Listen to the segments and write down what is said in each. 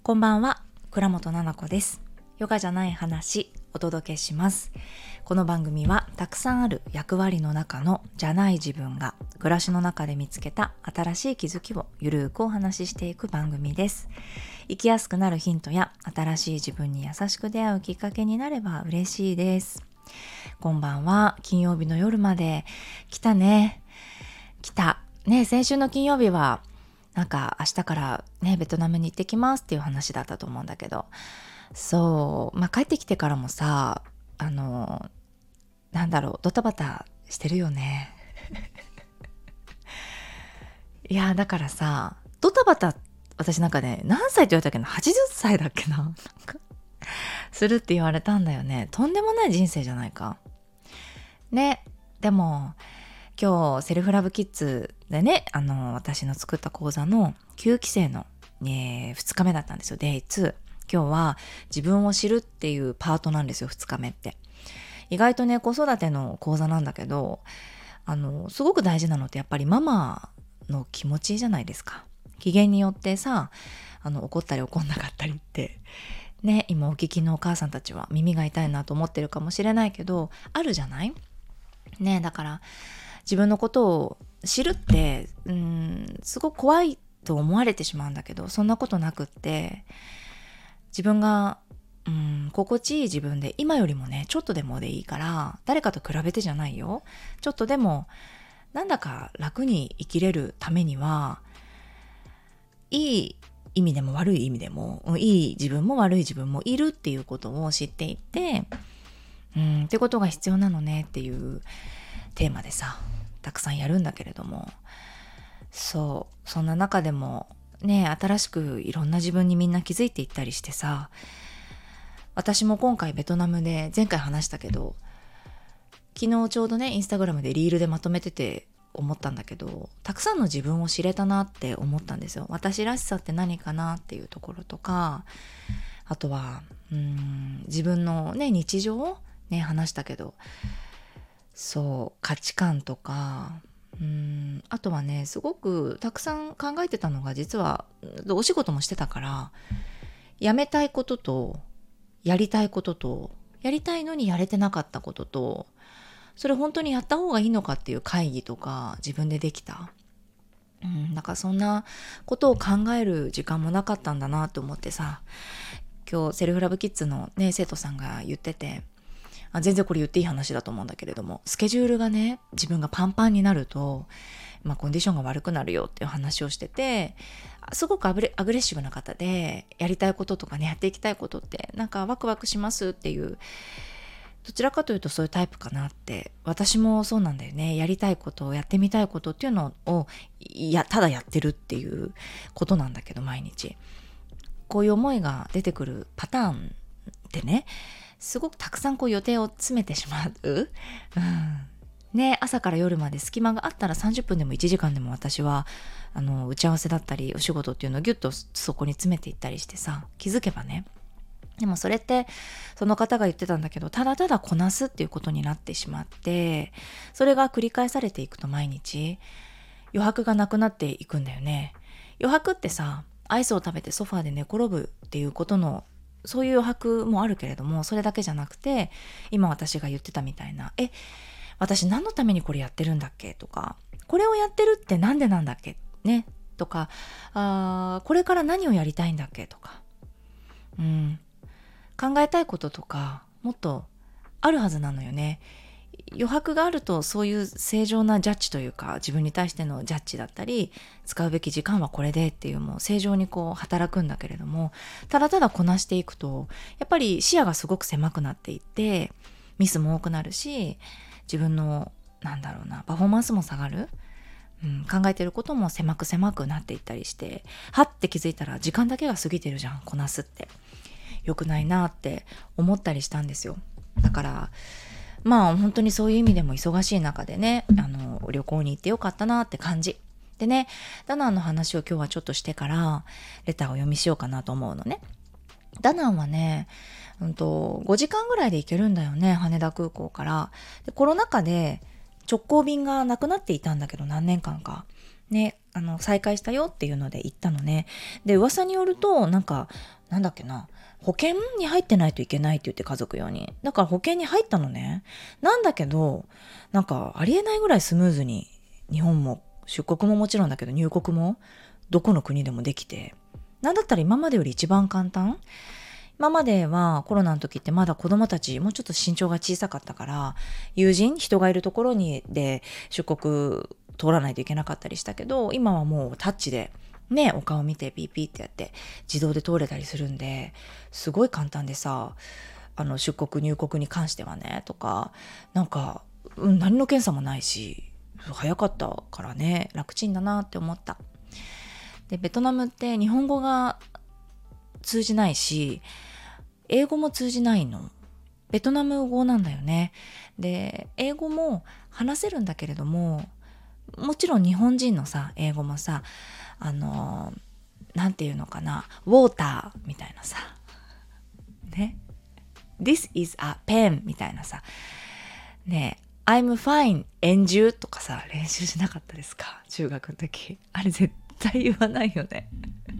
こんばんは、倉本々子です。ヨガじゃない話お届けします。この番組はたくさんある役割の中のじゃない自分が暮らしの中で見つけた新しい気づきをゆるくお話ししていく番組です。生きやすくなるヒントや新しい自分に優しく出会うきっかけになれば嬉しいです。こんばんは。金曜日の夜まで来たね。先週の金曜日はなんか明日からねベトナムに行ってきますっていう話だったと思うんだけど、帰ってきてからもさ、ドタバタしてるよね。いやだからさ、ドタバタ私なんかね、何歳って言われたっけな、80歳だっけな、するって言われたんだよね。とんでもない人生じゃないかね。でも今日セルフラブキッズでね、私の作った講座の9期生の、2日目だったんですよ。Day 2。今日は自分を知るっていうパートなんですよ、2日目って。意外とね、子育ての講座なんだけど、すごく大事なのってやっぱりママの気持ちじゃないですか。機嫌によってさ、怒ったり怒んなかったりってね、今お聞きのお母さんたちは耳が痛いなと思ってるかもしれないけど、あるじゃないね。だから自分のことを知るってすごく怖いと思われてしまうんだけど、そんなことなくって、自分が心地いい自分で今よりもねちょっとでもでいいから、誰かと比べてじゃないよ、ちょっとでもなんだか楽に生きれるためには、いい意味でも悪い意味でもいい自分も悪い自分もいるっていうことを知っていて、ってことが必要なのねっていうテーマでさ、たくさんやるんだけれども、そんな中でもね、新しくいろんな自分にみんな気づいていったりしてさ、私も今回ベトナムで前回話したけど、昨日ちょうどねインスタグラムでリールでまとめてて思ったんだけど、たくさんの自分を知れたなって思ったんですよ。私らしさって何かなっていうところとか、あとは自分のね日常をね話したけど、価値観とか、あとはねすごくたくさん考えてたのが、実はお仕事もしてたから、やめたいこととやりたいことと、やりたいのにやれてなかったことと、それ本当にやった方がいいのかっていう会議とか自分でできた。だからそんなことを考える時間もなかったんだなと思ってさ、今日セルフラブキッズのね生徒さんが言ってて、全然これ言っていい話だと思うんだけれども、スケジュールがね自分がパンパンになると、コンディションが悪くなるよっていう話をしてて、すごくアグレッシブな方で、やりたいこととかねやっていきたいことってなんかワクワクしますっていう、どちらかというとそういうタイプかなって。私もそうなんだよね。やりたいことをやってみたいことっていうのをただやってるっていうことなんだけど、毎日こういう思いが出てくるパターンでね、すごくたくさん予定を詰めてしまう、ね、朝から夜まで隙間があったら30分でも1時間でも私は打ち合わせだったりお仕事っていうのをギュッとそこに詰めていったりしてさ、気づけばね。でもそれってその方が言ってたんだけど、ただただこなすっていうことになってしまって、それが繰り返されていくと毎日余白がなくなっていくんだよね。余白ってさ、アイスを食べてソファーで寝転ぶっていうことの、そういう余白もあるけれども、それだけじゃなくて、今私が言ってたみたいな、私何のためにこれやってるんだっけとか、これをやってるってなんでなんだっけねとか、これから何をやりたいんだっけとか、考えたいこととかもっとあるはずなのよね。余白があると、そういう正常なジャッジというか、自分に対してのジャッジだったり、使うべき時間はこれでっていう、もう正常に働くんだけれども、ただただこなしていくとやっぱり視野がすごく狭くなっていって、ミスも多くなるし、自分のパフォーマンスも下がる、考えてることも狭くなっていったりして、はって気づいたら時間だけが過ぎてるじゃん、こなすって良くないなって思ったりしたんですよ。だから本当にそういう意味でも忙しい中でね、旅行に行ってよかったなって感じでね、ダナンの話を今日はちょっとしてからレターを読みしようかなと思うのね。ダナンはね、5時間ぐらいで行けるんだよね、羽田空港から。でコロナ禍で直行便がなくなっていたんだけど、何年間かね、 再開したよっていうので行ったのね。で噂によるとなんだっけな、保険に入ってないといけないって言って、家族用に。だから保険に入ったのね。なんだけどなんかありえないぐらいスムーズに日本も出国ももちろんだけど入国もどこの国でもできて、なんだったら今までより一番簡単。今まではコロナの時ってまだ子供たちもうちょっと身長が小さかったから、人がいるところにで出国通らないといけなかったりしたけど、今はもうタッチでね、お顔見てピーピーってやって自動で通れたりするんで、すごい簡単でさ、出国入国に関してはね、とか何の検査もないし早かったからね、楽ちんだなって思った。でベトナムって日本語が通じないし英語も通じないの。ベトナム語なんだよね。で英語も話せるんだけれども、もちろん日本人のさ英語もさ、なんていうのかな、ウォーターみたいなさね、This is a pen みたいなさね、I'm fine 円柱とかさ練習しなかったですか、中学の時。あれ絶対言わないよね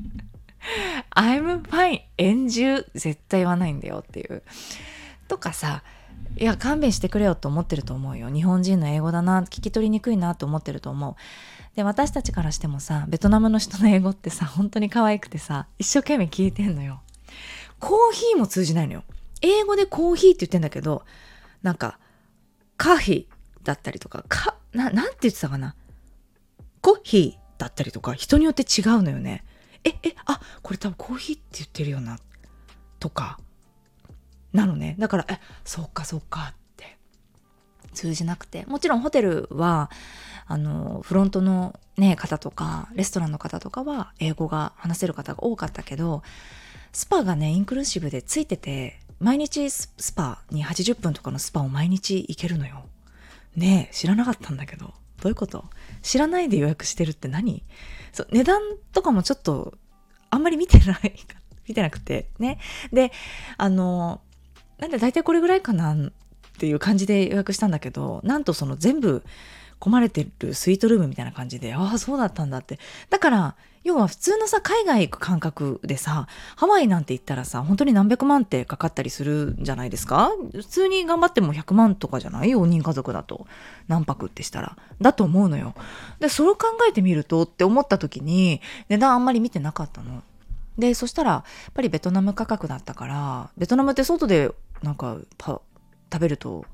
I'm fine 円柱絶対言わないんだよっていうとかさ、いや勘弁してくれよと思ってると思うよ。日本人の英語だな、聞き取りにくいなと思ってると思う。で私たちからしてもさ、ベトナムの人の英語ってさ本当に可愛くてさ、一生懸命聞いてんのよ。コーヒーも通じないのよ。英語でコーヒーって言ってんだけど、なんかカーヒーだったりとか、なんて言ってたかな、コーヒーだったりとか、人によって違うのよね。これ多分コーヒーって言ってるよなとかなのね。だからそうかって通じなくて、もちろんホテルはフロントのね方とかレストランの方とかは英語が話せる方が多かったけど、スパがねインクルーシブでついてて、毎日スパに80分とかのスパを毎日行けるのよね。知らなかったんだけど、どういうこと？知らないで予約してるって何？そう値段とかもちょっとあんまり見てなくてね。でなんで大体これぐらいかなっていう感じで予約したんだけど、なんとその全部込まれてるスイートルームみたいな感じで、そうだったんだって。だから要は普通のさ海外行く感覚でさ、ハワイなんて行ったらさ本当に何百万ってかかったりするんじゃないですか。普通に頑張っても100万とかじゃない？4人家族だと何泊ってしたらだと思うのよ。でそれを考えてみるとって思った時に値段あんまり見てなかったので、そしたらやっぱりベトナム価格だったから、ベトナムって外で食べると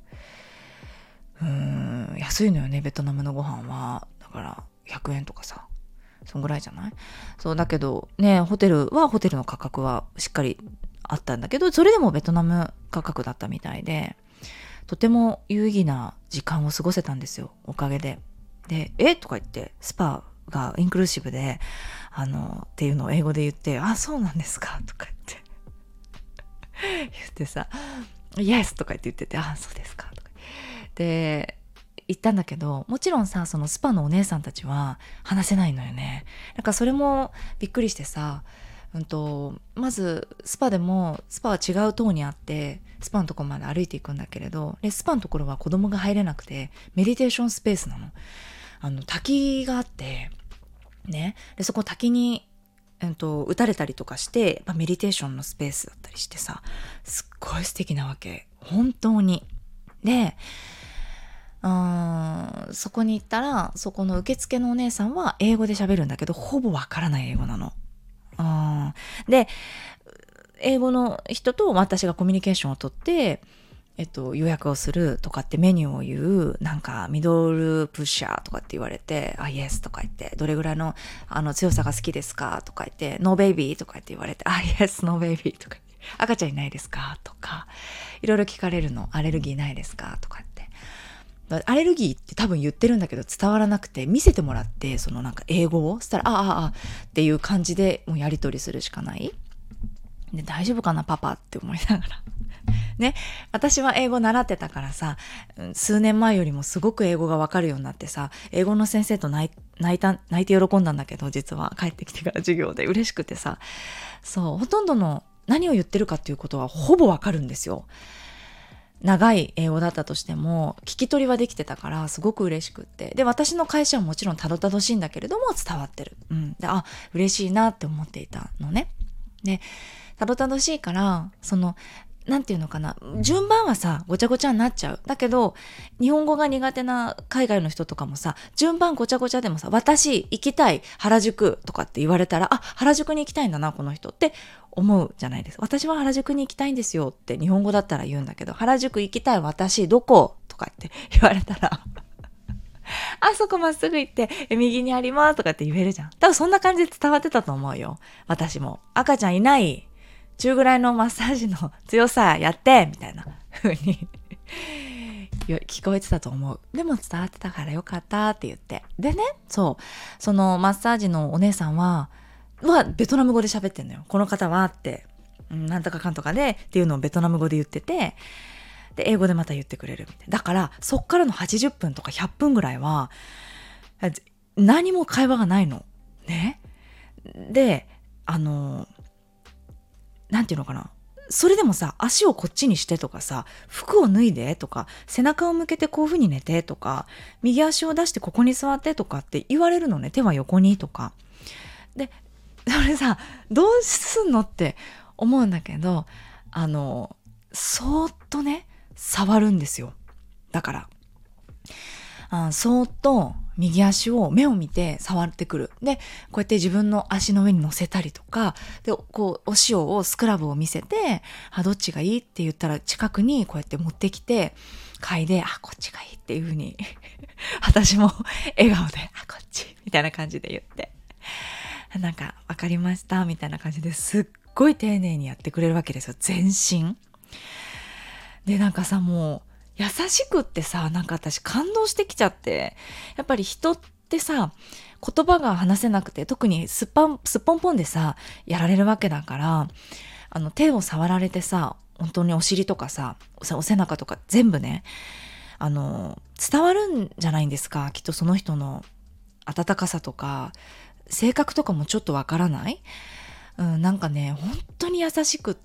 安いのよね、ベトナムのご飯は。だから100円とかさ、そんぐらいじゃない？そうだけどね、ホテルはホテルの価格はしっかりあったんだけど、それでもベトナム価格だったみたいで、とても有意義な時間を過ごせたんですよ、おかげで。でとか言ってスパがインクルーシブでっていうのを英語で言って、そうなんですかとか言ってさ、イエスとか言ってて、そうですかとかで言ったんだけど、もちろんさそのスパのお姉さんたちは話せないのよね。なんかそれもびっくりしてさ、まずスパは違う棟にあって、スパのところまで歩いていくんだけれど、でスパのところは子供が入れなくてメディテーションスペースなの。滝があってね、でそこ滝に打たれたりとかして、メディテーションのスペースだったりしてさ、すっごい素敵なわけ本当に。でそこに行ったら、そこの受付のお姉さんは英語で喋るんだけど、ほぼわからない英語なの。で英語の人と私がコミュニケーションをとって、予約をするとかってメニューを言う、なんかミドルプッシャーとかって言われて、イエスとか言って、どれぐらいの強さが好きですかとか言って、ノーベイビーとか言って言われて、イエスノーベイビーとか言って、赤ちゃんいないですかとかいろいろ聞かれるの。アレルギーないですかとかって、アレルギーって多分言ってるんだけど伝わらなくて、見せてもらって、そのなんか英語をしたらっていう感じでもうやり取りするしかないで、大丈夫かなパパって思いながらね、私は英語習ってたからさ、数年前よりもすごく英語がわかるようになってさ、英語の先生と泣いて喜んだんだけど、実は帰ってきてから授業で嬉しくてさ、そうほとんどの何を言ってるかっていうことはほぼわかるんですよ。 長い英語だったとしても聞き取りはできてたからすごく嬉しくって、で私の会社はもちろんたどたどしいんだけれども伝わってる、で嬉しいなって思っていたのね。でたどたどしいからなんていうのかな、順番はさごちゃごちゃになっちゃう。だけど日本語が苦手な海外の人とかもさ、順番ごちゃごちゃでもさ、私行きたい原宿とかって言われたら、原宿に行きたいんだなこの人って思うじゃないですか。私は原宿に行きたいんですよって日本語だったら言うんだけど、原宿行きたい私どことかって言われたらそこまっすぐ行って右にありますとかって言えるじゃん。多分そんな感じで伝わってたと思うよ。私も赤ちゃんいない中ぐらいのマッサージの強さやってみたいな風に聞こえてたと思う。でも伝わってたからよかったって言って、でね、そのマッサージのお姉さんはベトナム語で喋ってんのよ。この方はってなんとかかんとかでっていうのをベトナム語で言ってて、で英語でまた言ってくれるみたいな。だからそっからの80分とか100分ぐらいは何も会話がないのね。でなんていうのかな、それでもさ、足をこっちにしてとかさ、服を脱いでとか、背中を向けてこういう風に寝てとか、右足を出してここに座ってとかって言われるのね。手は横にとか。で、それさ、どうすんのって思うんだけど、そーっとね、触るんですよ。だから、そーっと右足を目を見て触ってくる。で、こうやって自分の足の上に乗せたりとか、で、こう、お塩をスクラブを見せて、どっちがいいって言ったら近くにこうやって持ってきて、嗅いで、こっちがいいっていう風に、私も笑顔で、こっち、みたいな感じで言って。なんか、わかりました、みたいな感じですっごい丁寧にやってくれるわけですよ。全身。で、なんかさ、もう、優しくってさ、なんか私感動してきちゃって、やっぱり人ってさ、言葉が話せなくて、特にすっぽんぽんでさ、やられるわけだから、手を触られてさ、本当にお尻とかさ、お背中とか全部ね、伝わるんじゃないんですか。きっとその人の温かさとか、性格とかもちょっとわからない？なんかね、本当に優しくって、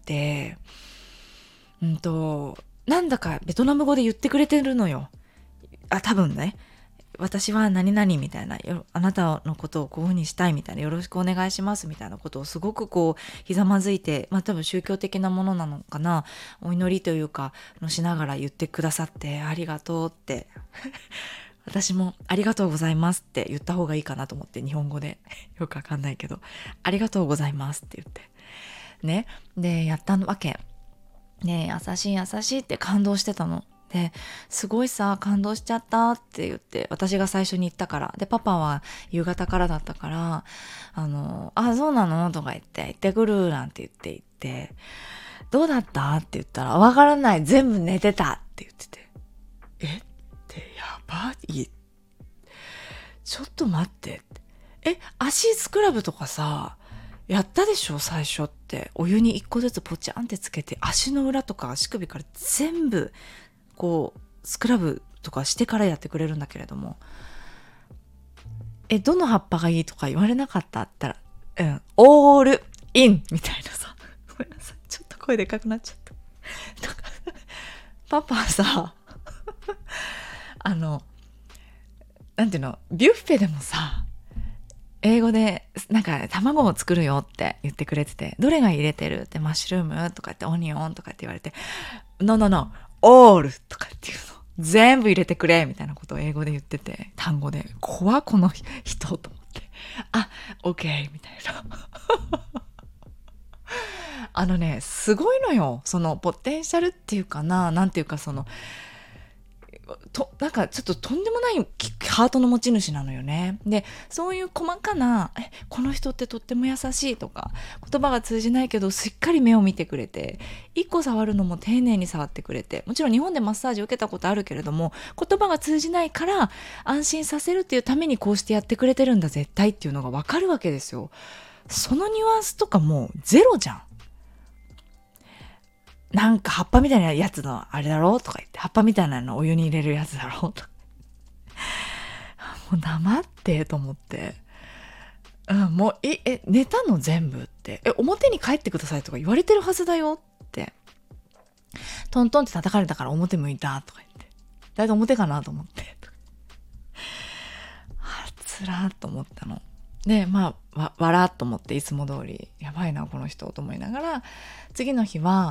なんだかベトナム語で言ってくれてるのよ。多分ね。私は何々みたいな、あなたのことをこういうふうにしたいみたいな、よろしくお願いしますみたいなことをすごくこう、ひざまずいて、多分宗教的なものなのかな。お祈りというか、しながら言ってくださって、ありがとうって。私もありがとうございますって言った方がいいかなと思って、日本語で。よくわかんないけど、ありがとうございますって言って。ね。で、やったわけ。ねえ、優しい優しいって感動してたの。で、すごいさ、感動しちゃったって言って、私が最初に言ったから。で、パパは夕方からだったから、そうなのとか言って、行ってくるなんて言って、どうだったって言ったら、わからない、全部寝てたって言ってて。ってやばい。ちょっと待って。足スクラブとかさ、やったでしょ最初って。お湯に一個ずつポチャンってつけて、足の裏とか足首から全部こうスクラブとかしてからやってくれるんだけれども、どの葉っぱがいいとか言われなかったって言ったら、オールインみたいなさ。ごめんなさい、ちょっと声でかくなっちゃった。パパはさなんていうの、ビュッフェでもさ、英語でなんか卵を作るよって言ってくれてて、どれが入れてるってマッシュルームとかってオニオンとかって言われて、ノオールとかっていうの全部入れてくれみたいなことを英語で言ってて、単語で怖この人と思って、オッケーみたいな。すごいのよ。そのポテンシャルっていうかな、なんていうかなんかちょっととんでもないハートの持ち主なのよね。で、そういう細かな、この人ってとっても優しいとか、言葉が通じないけどしっかり目を見てくれて、一個触るのも丁寧に触ってくれて、もちろん日本でマッサージを受けたことあるけれども、言葉が通じないから安心させるっていうためにこうしてやってくれてるんだ絶対っていうのがわかるわけですよ。そのニュアンスとかもうゼロじゃん。なんか葉っぱみたいなやつのあれだろうとか言って、葉っぱみたいなのお湯に入れるやつだろうとか。もう黙ってと思って。もう、寝たの全部って。表に帰ってくださいとか言われてるはずだよって。 トントンって叩かれたから表向いたとか言って、だいたい表かなと思ってつらーっと思ったので、笑っと思って、いつも通りやばいなこの人と思いながら、次の日は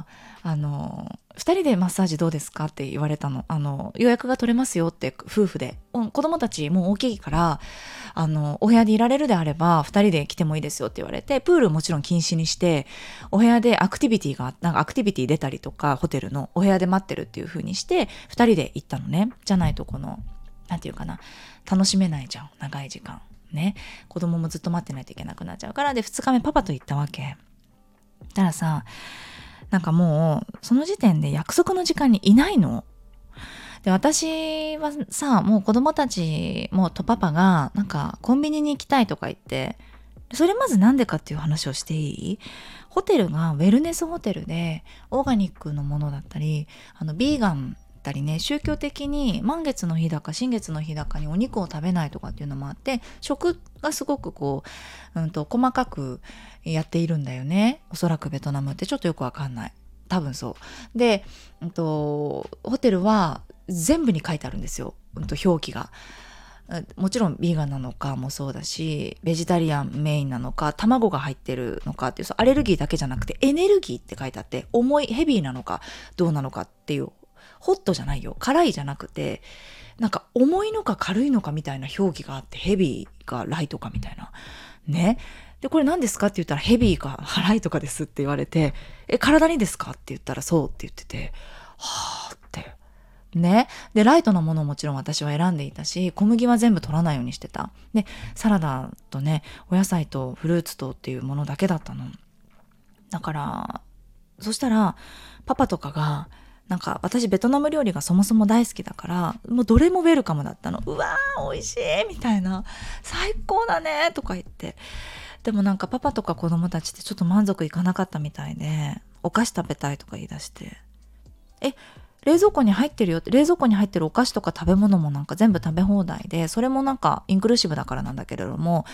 2人でマッサージどうですかって言われたの。予約が取れますよって、夫婦で、子供たちもう大きいからお部屋でいられるであれば2人で来てもいいですよって言われて、プールもちろん禁止にして、お部屋でアクティビティ出たりとか、ホテルのお部屋で待ってるっていう風にして2人で行ったのね。じゃないとなんていうかな、楽しめないじゃん、長い時間ね。子供もずっと待ってないといけなくなっちゃうから。で2日目パパと行ったわけ。たらさ、なんかもうその時点で約束の時間にいないので、私はさ、もう子供たちもとパパがなんかコンビニに行きたいとか言って、それまずなんでかっていう話をしていい？ホテルがウェルネスホテルで、オーガニックのものだったり、ビーガンだったりね、宗教的に満月の日だか新月の日だかにお肉を食べないとかっていうのもあって、食がすごく細かくやっているんだよね。おそらくベトナムって、ちょっとよくわかんない、多分そうで、ホテルは全部に書いてあるんですよ、表記が。もちろんビーガンなのかもそうだし、ベジタリアンメインなのか、卵が入ってるのかっていう、アレルギーだけじゃなくてエネルギーって書いてあって、重いヘビーなのかどうなのかっていう、ホットじゃないよ、辛いじゃなくて、なんか重いのか軽いのかみたいな表記があって、ヘビーかライトかみたいなね。でこれ何ですかって言ったら、ヘビーかライトかですって言われて、体にですかって言ったらそうって言ってて、はーってね。でライトなものをもちろん私は選んでいたし、小麦は全部取らないようにしてた。でサラダとね、お野菜とフルーツとっていうものだけだったの。だからそしたらパパとかが、なんか私ベトナム料理がそもそも大好きだから、もうどれもウェルカムだったの。うわー美味しいみたいな、最高だねとか言って。でもなんかパパとか子供たちってちょっと満足いかなかったみたいで、お菓子食べたいとか言い出して、冷蔵庫に入ってるよって、冷蔵庫に入ってるお菓子とか食べ物もなんか全部食べ放題で、それもなんかインクルーシブだからなんだけれども、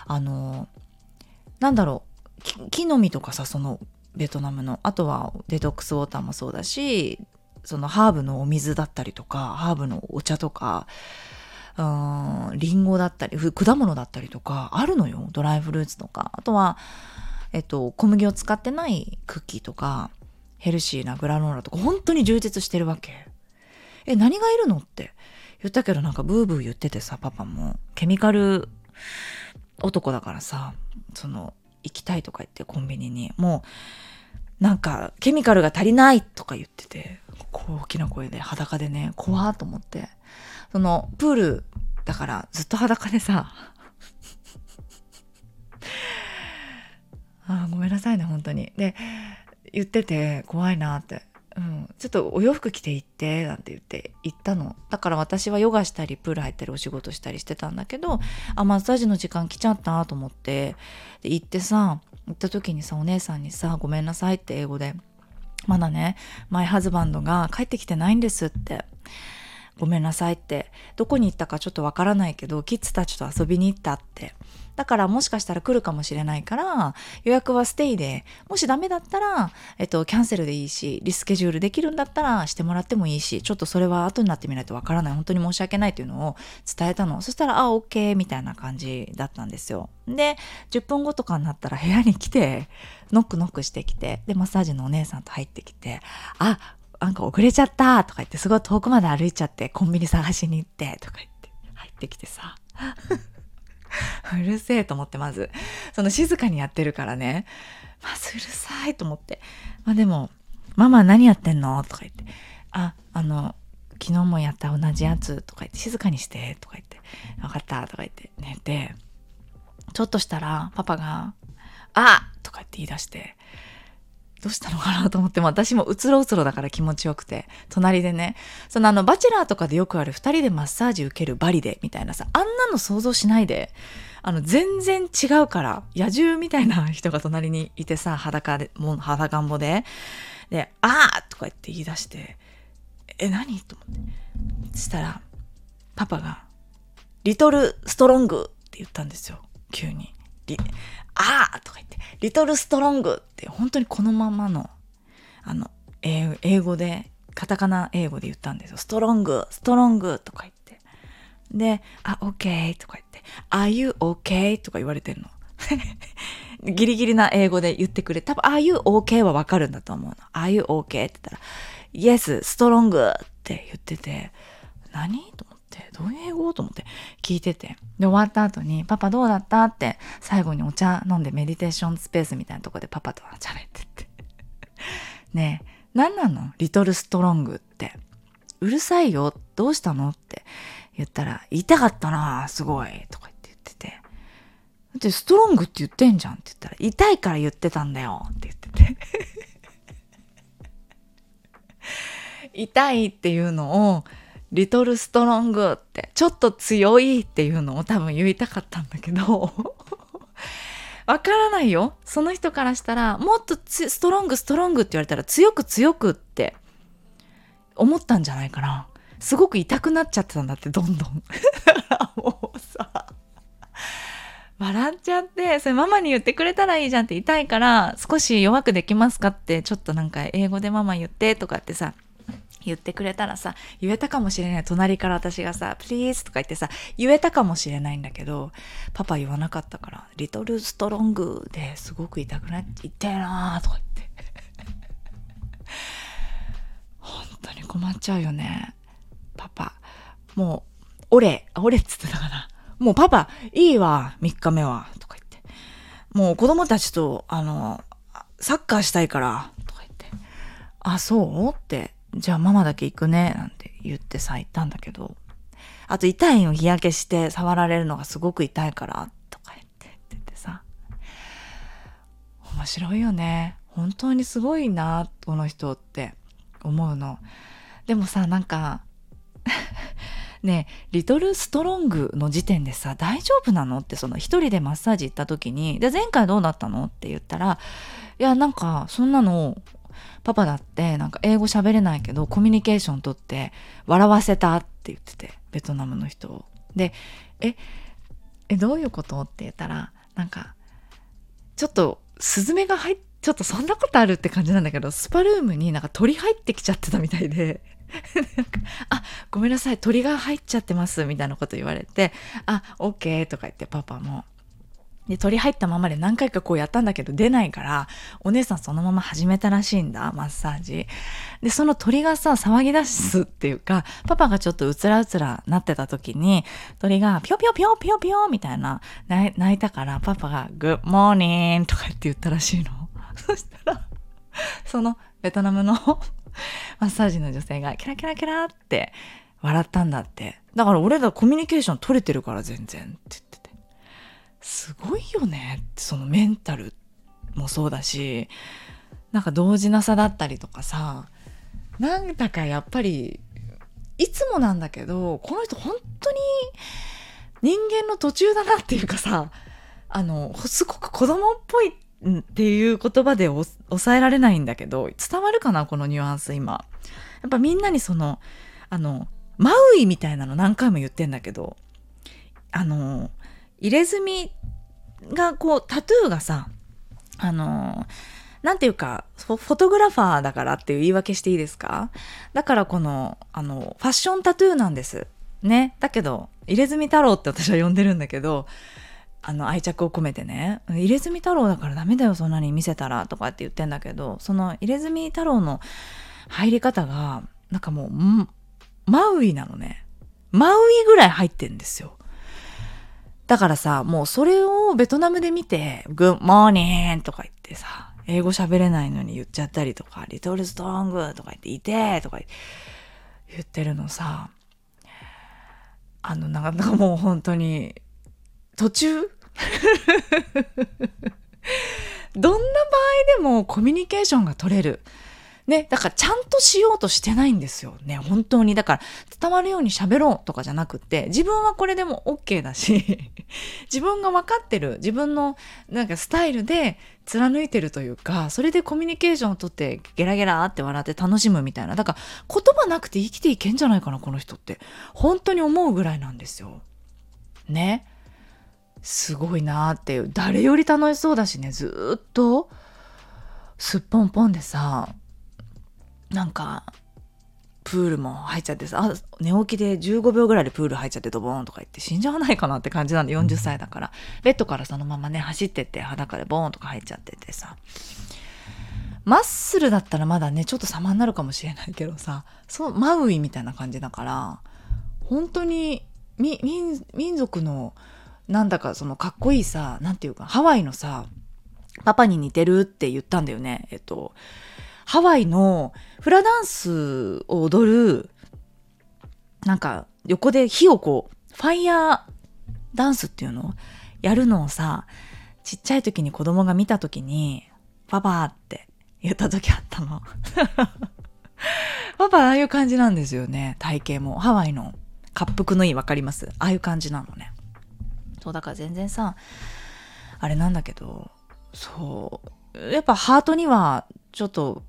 なんだろう、木の実とかさ、そのベトナムの、あとはデトックスウォーターもそうだし、そのハーブのお水だったりとか、ハーブのお茶とか、リンゴだったり果物だったりとかあるのよ。ドライフルーツとか、あとは小麦を使ってないクッキーとか、ヘルシーなグラノーラとか、本当に充実してるわけ。何がいるのって言ったけど、なんかブーブー言っててさ、パパもケミカル男だからさ、行きたいとか言って、コンビニにもうなんかケミカルが足りないとか言ってて、大きな声で裸でね、怖ーと思って、プールだからずっと裸でさごめんなさいね本当に。で言ってて怖いなって、ちょっとお洋服着て行ってなんて言って行ったの。だから私はヨガしたりプール入ったりお仕事したりしてたんだけど、マッサージの時間来ちゃったと思って、で行った時にさ、お姉さんにさ、ごめんなさいって英語で、まだねマイハズバンドが帰ってきてないんですって、ごめんなさいって、どこに行ったかちょっとわからないけどキッズたちと遊びに行ったって、だからもしかしたら来るかもしれないから予約はステイで、もしダメだったらキャンセルでいいし、リスケジュールできるんだったらしてもらってもいいし、ちょっとそれは後になってみないとわからない、本当に申し訳ないというのを伝えたの。そしたらオッケーみたいな感じだったんですよ。で10分後とかになったら部屋に来てノックノックしてきて、でマッサージのお姉さんと入ってきて、なんか遅れちゃったとか言って、すごい遠くまで歩いちゃってコンビニ探しに行ってとか言って入ってきてさうるせえと思って、まず静かにやってるからね、まずうるさいと思って、でもママ何やってんのとか言って、昨日もやった同じやつとか言って、静かにしてとか言って、分かったとか言って寝て、ちょっとしたらパパがとか言って言い出して、どうしたのかなと思って、も私もうつろうつろだから気持ちよくて、隣でね、バチェラーとかでよくある2人でマッサージ受けるバリでみたいなさ、あんなの想像しないで、全然違うから、野獣みたいな人が隣にいてさ、裸んぼでとか言って言い出して、何と思って、そしたらパパがリトルストロングって言ったんですよ、急に。とか言って、リトルストロングって本当にこのままの英語でカタカナ英語で言ったんですよ。ストロングとか言って。で、OK とか言って、Are you OK? とか言われてるの。ギリギリな英語で言ってくれ。多分 Are you OK? はわかるんだと思うの。Are you OK? って言ったら Yes, ストロングって言ってて、何と思って、どういう英語と思って聞いてて。で、終わった後に、パパどうだったって最後にお茶飲んでメディテーションスペースみたいなとこでパパと喋ってて。ねえ、何なのリトルストロングって。うるさいよ。どうしたのって言ったら、痛かったなすごい。とか言ってて。で、ストロングって言ってんじゃんって言ったら、痛いから言ってたんだよって言ってて。痛いっていうのを、リトルストロングって、ちょっと強いっていうのを多分言いたかったんだけど、わからないよ。その人からしたら、もっとストロングって言われたら、強くって思ったんじゃないかな。すごく痛くなっちゃってたんだって、どんどん。もうさ、笑っちゃって、それママに言ってくれたらいいじゃんって、痛いから少し弱くできますかって、ちょっとなんか英語でママ言ってとかってさ、言ってくれたらさ、言えたかもしれない。隣から私がさ、please とか言ってさ、言えたかもしれないんだけど、パパ言わなかったから、リトルストロングですごく痛くなって、痛いなーとか言って。本当に困っちゃうよね。パパ。もう、俺っつってたかな。もうパパ、いいわ、3日目は、とか言って。もう子供たちと、サッカーしたいから、とか言って。そうって。じゃあママだけ行くね、なんて言ってさ、行ったんだけど。あと痛いよ、日焼けして触られるのがすごく痛いから、とか言ってさ。面白いよね。本当にすごいな、この人って思うの。でもさ、なんか、ねえ、リトルストロングの時点でさ、大丈夫なのって、その一人でマッサージ行った時に、で、前回どうだったのって言ったら、いや、なんか、そんなの、パパだってなんか英語喋れないけどコミュニケーション取って笑わせたって言ってて、ベトナムの人を。で、どういうことって言ったら、なんかちょっとスズメがちょっとそんなことあるって感じなんだけど、スパルームになんか鳥入ってきちゃってたみたいでなんかごめんなさい、鳥が入っちゃってますみたいなこと言われて、オッケーとか言って、パパもで、鳥入ったままで何回かこうやったんだけど出ないから、お姉さんそのまま始めたらしいんだ、マッサージ。で、その鳥がさ、騒ぎ出すっていうか、パパがちょっとうつらなってた時に、鳥がピョピョピョピョピョみたいな、泣いたから、パパが Good morning とか言って言ったらしいの。そしたら、そのベトナムのマッサージの女性がキラキラキラって笑ったんだって。だから俺らコミュニケーション取れてるから全然って言って。すごいよね。そのメンタルもそうだし、なんか動じなさだったりとかさ、なんだかやっぱりいつもなんだけど、この人本当に人間の途中だなっていうかさ、すごく子供っぽいっていう言葉で抑えられないんだけど、伝わるかなこのニュアンス今。やっぱみんなにそのマウイみたいなの何回も言ってんだけど、入れ墨がこうタトゥーがさ、なんていうかフォトグラファーだからっていう言い訳していいですか？だからこのファッションタトゥーなんですね。だけど入れ墨太郎って私は呼んでるんだけど、愛着を込めてね、入れ墨太郎だからダメだよそんなに見せたらとかって言ってんだけど、その入れ墨太郎の入り方がなんかもうマウイなのね。マウイぐらい入ってんですよ。だからさ、もうそれをベトナムで見て、Good morning とか言ってさ、英語喋れないのに言っちゃったりとか、Little strong とか言って、いてとか言ってるのさ、なんかもう本当に、途中どんな場合でもコミュニケーションが取れる。ね、だからちゃんとしようとしてないんですよね、本当に。だから伝わるように喋ろうとかじゃなくって、自分はこれでも OK だし自分が分かってる、自分のなんかスタイルで貫いてるというか、それでコミュニケーションをとってゲラゲラって笑って楽しむみたいな、だから言葉なくて生きていけんじゃないかなこの人って本当に思うぐらいなんですよね。すごいなーっていう、誰より楽しそうだしね、ずっとすっぽんぽんでさ、なんかプールも入っちゃってさ、寝起きで15秒ぐらいでプール入っちゃってドボーンとか言って死んじゃわないかなって感じなんで、40歳だから。ベッドからそのままね、走ってって裸でボーンとか入っちゃっててさ。マッスルだったらまだね、ちょっと様になるかもしれないけどさ、マウイみたいな感じだから、本当に民族のなんだかそのかっこいいさ、なんていうか、ハワイのさ、パパに似てるって言ったんだよね。ハワイのフラダンスを踊る、なんか横で火をこう、ファイヤーダンスっていうのをやるのをさ、ちっちゃい時に子供が見た時に、パパって言った時あったの。パパああいう感じなんですよね。体型も。ハワイの滑腹のいい、わかります？ああいう感じなのね。そう、だから全然さ、あれなんだけど、そう。やっぱハートにはちょっと、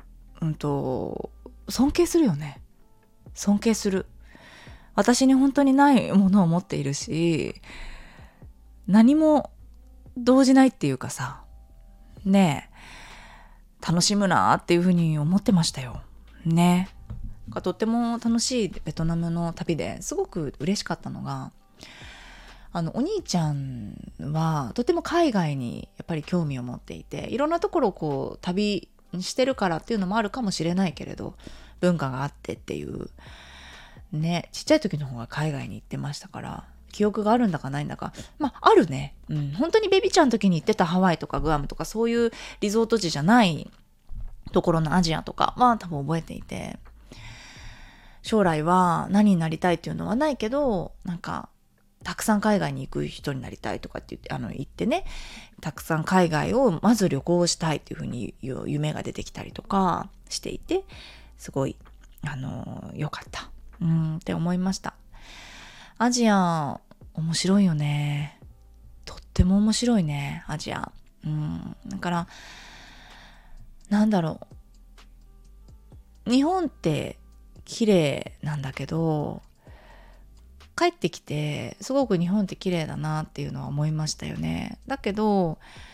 尊敬するよね。尊敬する。私に本当にないものを持っているし、何も動じないっていうかさ、ねえ、楽しむなっていうふうに思ってましたよ。ね。とっても楽しいベトナムの旅ですごく嬉しかったのが、お兄ちゃんはとても海外にやっぱり興味を持っていて、いろんなところをこう旅してるからっていうのもあるかもしれないけれど、文化があってっていうね、ちっちゃい時の方が海外に行ってましたから、記憶があるんだかないんだか、まああるね。本当にベビちゃんの時に行ってたハワイとかグアムとかそういうリゾート地じゃないところのアジアとかは多分覚えていて、将来は何になりたいっていうのはないけど、なんかたくさん海外に行く人になりたいとかって言ってね、たくさん海外をまず旅行したいっていうふうに夢が出てきたりとかしていて、すごい良かったって思いました。アジア面白いよね。とっても面白いね、アジア。だからなんだろう、日本って綺麗なんだけど、帰ってきてすごく日本って綺麗だなっていうのは思いましたよね。だけど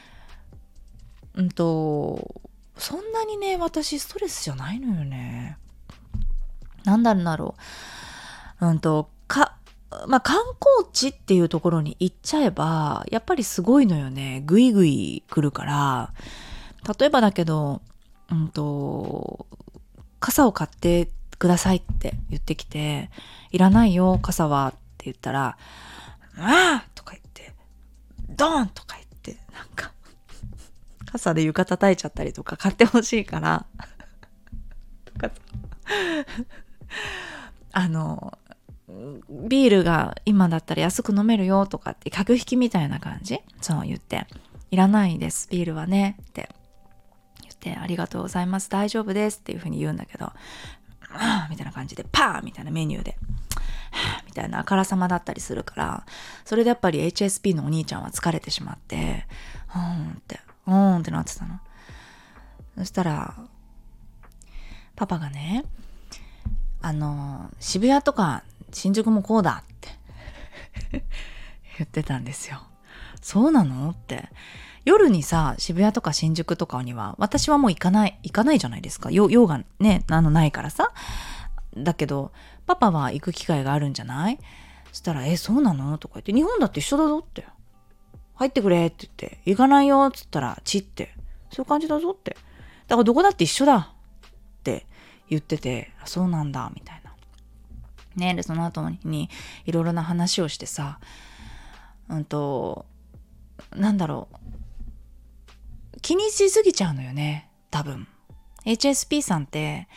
そんなにね、私ストレスじゃないのよね。なんだろう、まあ観光地っていうところに行っちゃえばやっぱりすごいのよね。ぐいぐい来るから。例えばだけど傘を買ってくださいって言ってきて、いらないよ傘はって言ったら、あーとか言ってドーンとか言って、なんか傘で床叩いちゃったりとか、買ってほしいからとかビールが今だったら安く飲めるよとかって客引きみたいな感じ、そう言って、いらないですビールはねって言って、ありがとうございます大丈夫ですっていう風に言うんだけど、みたいな感じでパーみたいなメニューでみたいなあからさまだったりするから、それでやっぱり HSP のお兄ちゃんは疲れてしまってってなってたの。そしたらパパがね、渋谷とか新宿もこうだって言ってたんですよ。そうなのって。夜にさ、渋谷とか新宿とかには私はもう行かないじゃないですか。用がね、ないからさ。だけどパパは行く機会があるんじゃない？そしたらそうなのとか言って、日本だって一緒だぞって、入ってくれって言って、行かないよっつったらチって、そういう感じだぞって、だからどこだって一緒だって言ってて、そうなんだみたいなね。でその後にいろいろな話をしてさ、なんだろう、気にしすぎちゃうのよね多分。 HSP さんって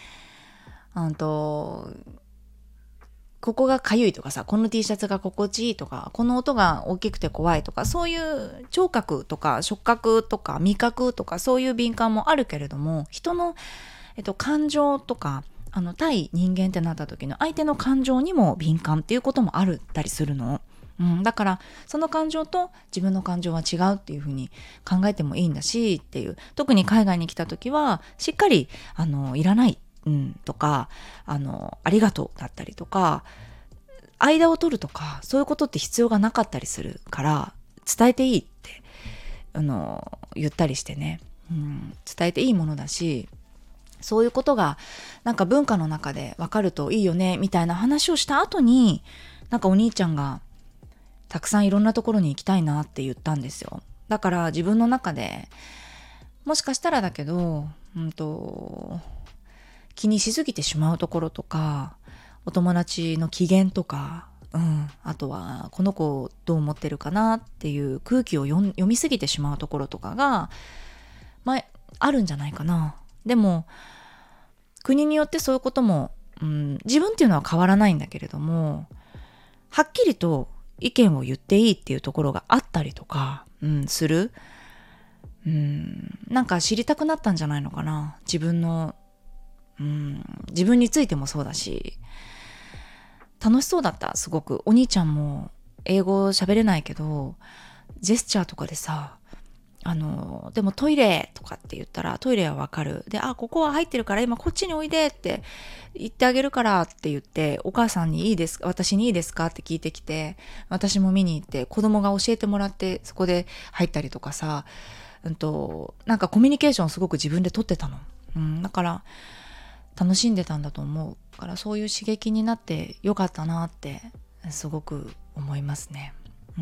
ここがかゆいとかさ、この T シャツが心地いいとか、この音が大きくて怖いとか、そういう聴覚とか触覚とか味覚とかそういう敏感もあるけれども、人の、感情とか対人間ってなった時の相手の感情にも敏感っていうこともあるったりするの。だからその感情と自分の感情は違うっていう風に考えてもいいんだしっていう。特に海外に来た時はしっかりいらないとかありがとうだったりとか、間を取るとかそういうことって必要がなかったりするから伝えていいって言ったりしてね、伝えていいものだし、 そういうことがなんか文化の中で分かるといいよねみたいな話をした後に、なんかお兄ちゃんがたくさんいろんなところに行きたいなって言ったんですよ。だから自分の中でもしかしたらだけど、気にしすぎてしまうところとか、お友達の機嫌とか、あとはこの子どう思ってるかなっていう空気を読みすぎてしまうところとかが、あるんじゃないかな。でも国によってそういうことも、自分っていうのは変わらないんだけれども、はっきりと意見を言っていいっていうところがあったりとか、する。なんか知りたくなったんじゃないのかな。自分についてもそうだし、楽しそうだった。すごくお兄ちゃんも英語喋れないけどジェスチャーとかでさ、でもトイレとかって言ったらトイレはわかる。で、ここは入ってるから今こっちにおいでって言ってあげるからって言って、お母さんにいいですか、私にいいですかって聞いてきて、私も見に行って子供が教えてもらってそこで入ったりとかさ、なんかコミュニケーションをすごく自分で取ってたの。だから楽しんでたんだと思うから、そういう刺激になってよかったなってすごく思いますね。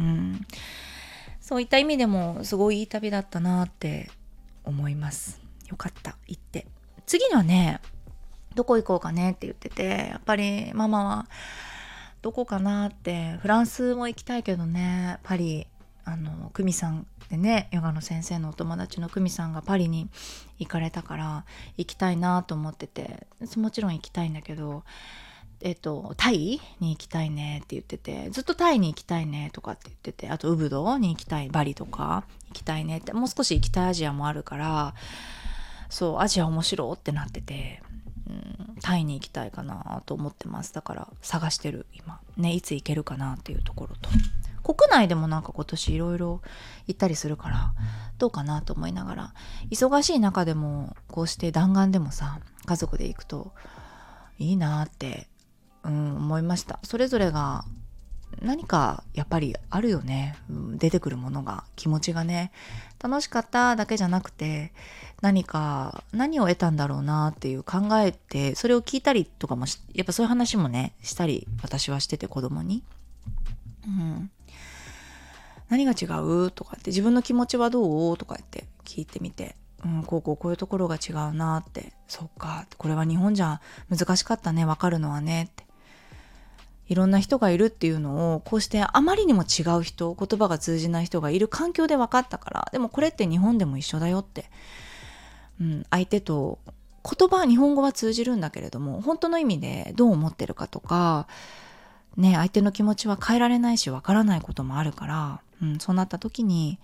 そういった意味でもすごいいい旅だったなって思います。よかった、行って。次はね、どこ行こうかねって言ってて、やっぱりママはどこかなって、フランスも行きたいけどね、パリ、久美さんでね、ヨガの先生のお友達の久美さんがパリに行かれたから行きたいなと思ってて、もちろん行きたいんだけど、タイに行きたいねって言ってて、ずっとタイに行きたいねとかって言ってて、あとウブドに行きたい、バリとか行きたいねって、もう少し行きたいアジアもあるから、そうアジア面白ってなってて、タイに行きたいかなと思ってます。だから探してる今ね、いつ行けるかなっていうところと、国内でもなんか今年いろいろ行ったりするからどうかなと思いながら、忙しい中でもこうして弾丸でもさ、家族で行くといいなって思いました。それぞれが何かやっぱりあるよね、出てくるものが、気持ちがね、楽しかっただけじゃなくて、何を得たんだろうなっていう考えて、それを聞いたりとかもやっぱそういう話もねしたり私はしてて、子供に、何が違うとかって、自分の気持ちはどうとか言って聞いてみて、こういうところが違うなって、そっか、これは日本じゃ難しかったね、わかるのはねって、いろんな人がいるっていうのを、こうしてあまりにも違う人、言葉が通じない人がいる環境で分かったから、でもこれって日本でも一緒だよって、相手と日本語は通じるんだけれども、本当の意味でどう思ってるかとかね、相手の気持ちは変えられないし分からないこともあるから、そうなった時に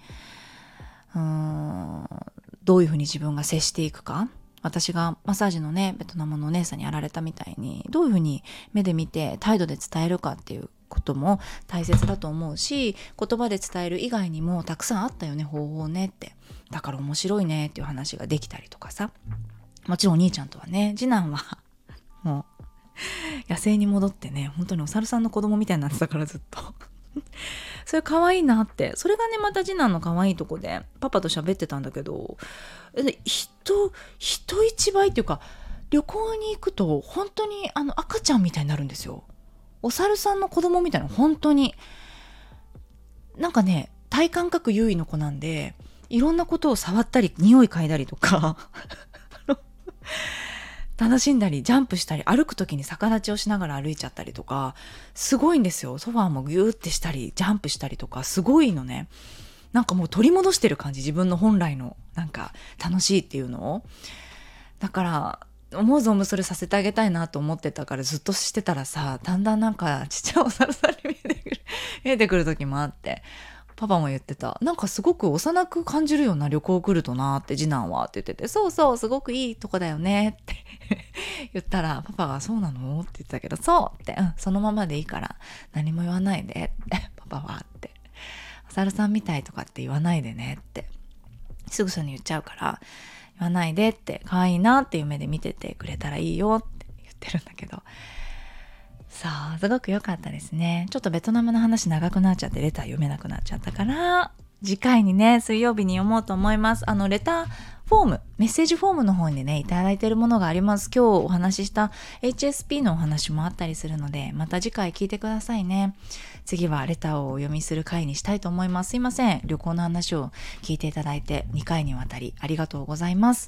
どういうふうに自分が接していくか、私がマッサージのね、ベトナムのお姉さんにやられたみたいに、どういうふうに目で見て態度で伝えるかっていうことも大切だと思うし、言葉で伝える以外にもたくさんあったよね、方法ねって。だから面白いねっていう話ができたりとかさ、もちろんお兄ちゃんとはね、次男はもう野生に戻ってね、本当にお猿さんの子供みたいになってたから、ずっとそれ可愛いなって。それがね、また次男の可愛いとこで、パパと喋ってたんだけど、人一倍っていうか、旅行に行くと本当に赤ちゃんみたいになるんですよ。お猿さんの子供みたいな、本当になんかね、体感覚優位の子なんで、いろんなことを触ったり匂い嗅いだりとか楽しんだり、ジャンプしたり、歩く時に逆立ちをしながら歩いちゃったりとか、すごいんですよ。ソファーもギューってしたりジャンプしたりとか、すごいのね。なんかもう取り戻してる感じ、自分の本来のなんか楽しいっていうのを。だから思う存分それさせてあげたいなと思ってたから、ずっとしてたらさ、だんだんなんかちっちゃいお猿さんに見えてくる時もあって、パパも言ってた。なんかすごく幼く感じるような、旅行来るとなって次男はって言ってて、そうそう、すごくいいとこだよねって言ったら、パパがそうなのって言ってたけど、そうって、そのままでいいから何も言わないでってパパはって、お猿さんみたいとかって言わないでねってすぐそに言っちゃうから、言わないでって、可愛いなっていう目で見ててくれたらいいよって言ってるんだけど、そう、すごく良かったですね。ちょっとベトナムの話長くなっちゃって、レター読めなくなっちゃったから、次回にね、水曜日に読もうと思います。レターフフォーム、メッセージフォームの方にねいただいているものがあります。今日お話しした HSP のお話もあったりするので、また次回聞いてくださいね。次はレターをお読みする回にしたいと思います。すいません、旅行の話を聞いていただいて2回にわたりありがとうございます。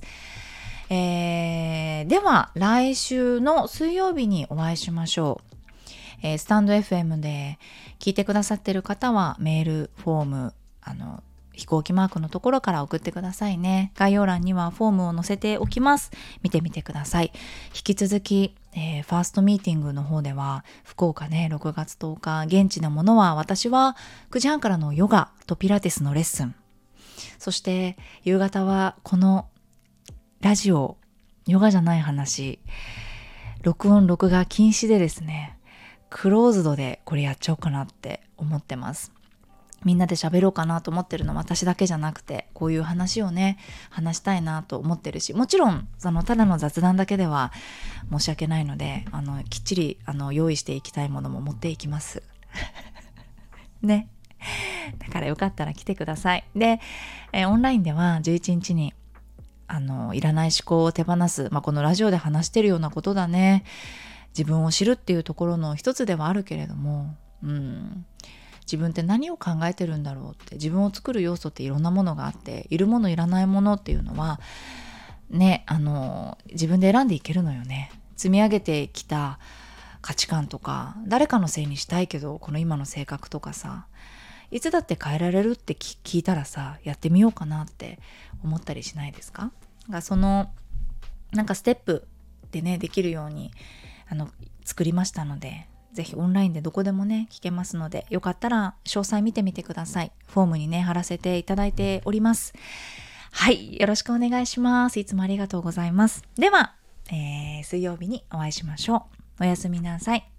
では来週の水曜日にお会いしましょう。スタンド FM で聞いてくださっている方はメールフォーム飛行機マークのところから送ってくださいね。概要欄にはフォームを載せておきます。見てみてください。引き続き、ファーストミーティングの方では福岡ね6月10日現地のものは私は9時半からのヨガとピラティスのレッスン、そして夕方はこのラジオヨガじゃない話録音録画禁止でですね、クローズドでこれやっちゃおうかなって思ってます。みんなで喋ろうかなと思ってるのは私だけじゃなくて、こういう話をね話したいなと思ってるし、もちろんただの雑談だけでは申し訳ないのできっちり用意していきたいものも持っていきますね。だからよかったら来てください。で、オンラインでは11日にいらない思考を手放す、このラジオで話してるようなことだね。自分を知るっていうところの一つではあるけれども、自分って何を考えてるんだろうって、自分を作る要素っていろんなものがあって、いるものいらないものっていうのはね自分で選んでいけるのよね。積み上げてきた価値観とか誰かのせいにしたいけどこの今の性格とかさ、いつだって変えられるって聞いたらさ、やってみようかなって思ったりしないですか？そのステップでねできるように作りましたので、ぜひオンラインでどこでもね聞けますので、よかったら詳細見てみてください。フォームにね貼らせていただいております。はい、よろしくお願いします。いつもありがとうございます。では、水曜日にお会いしましょう。おやすみなさい。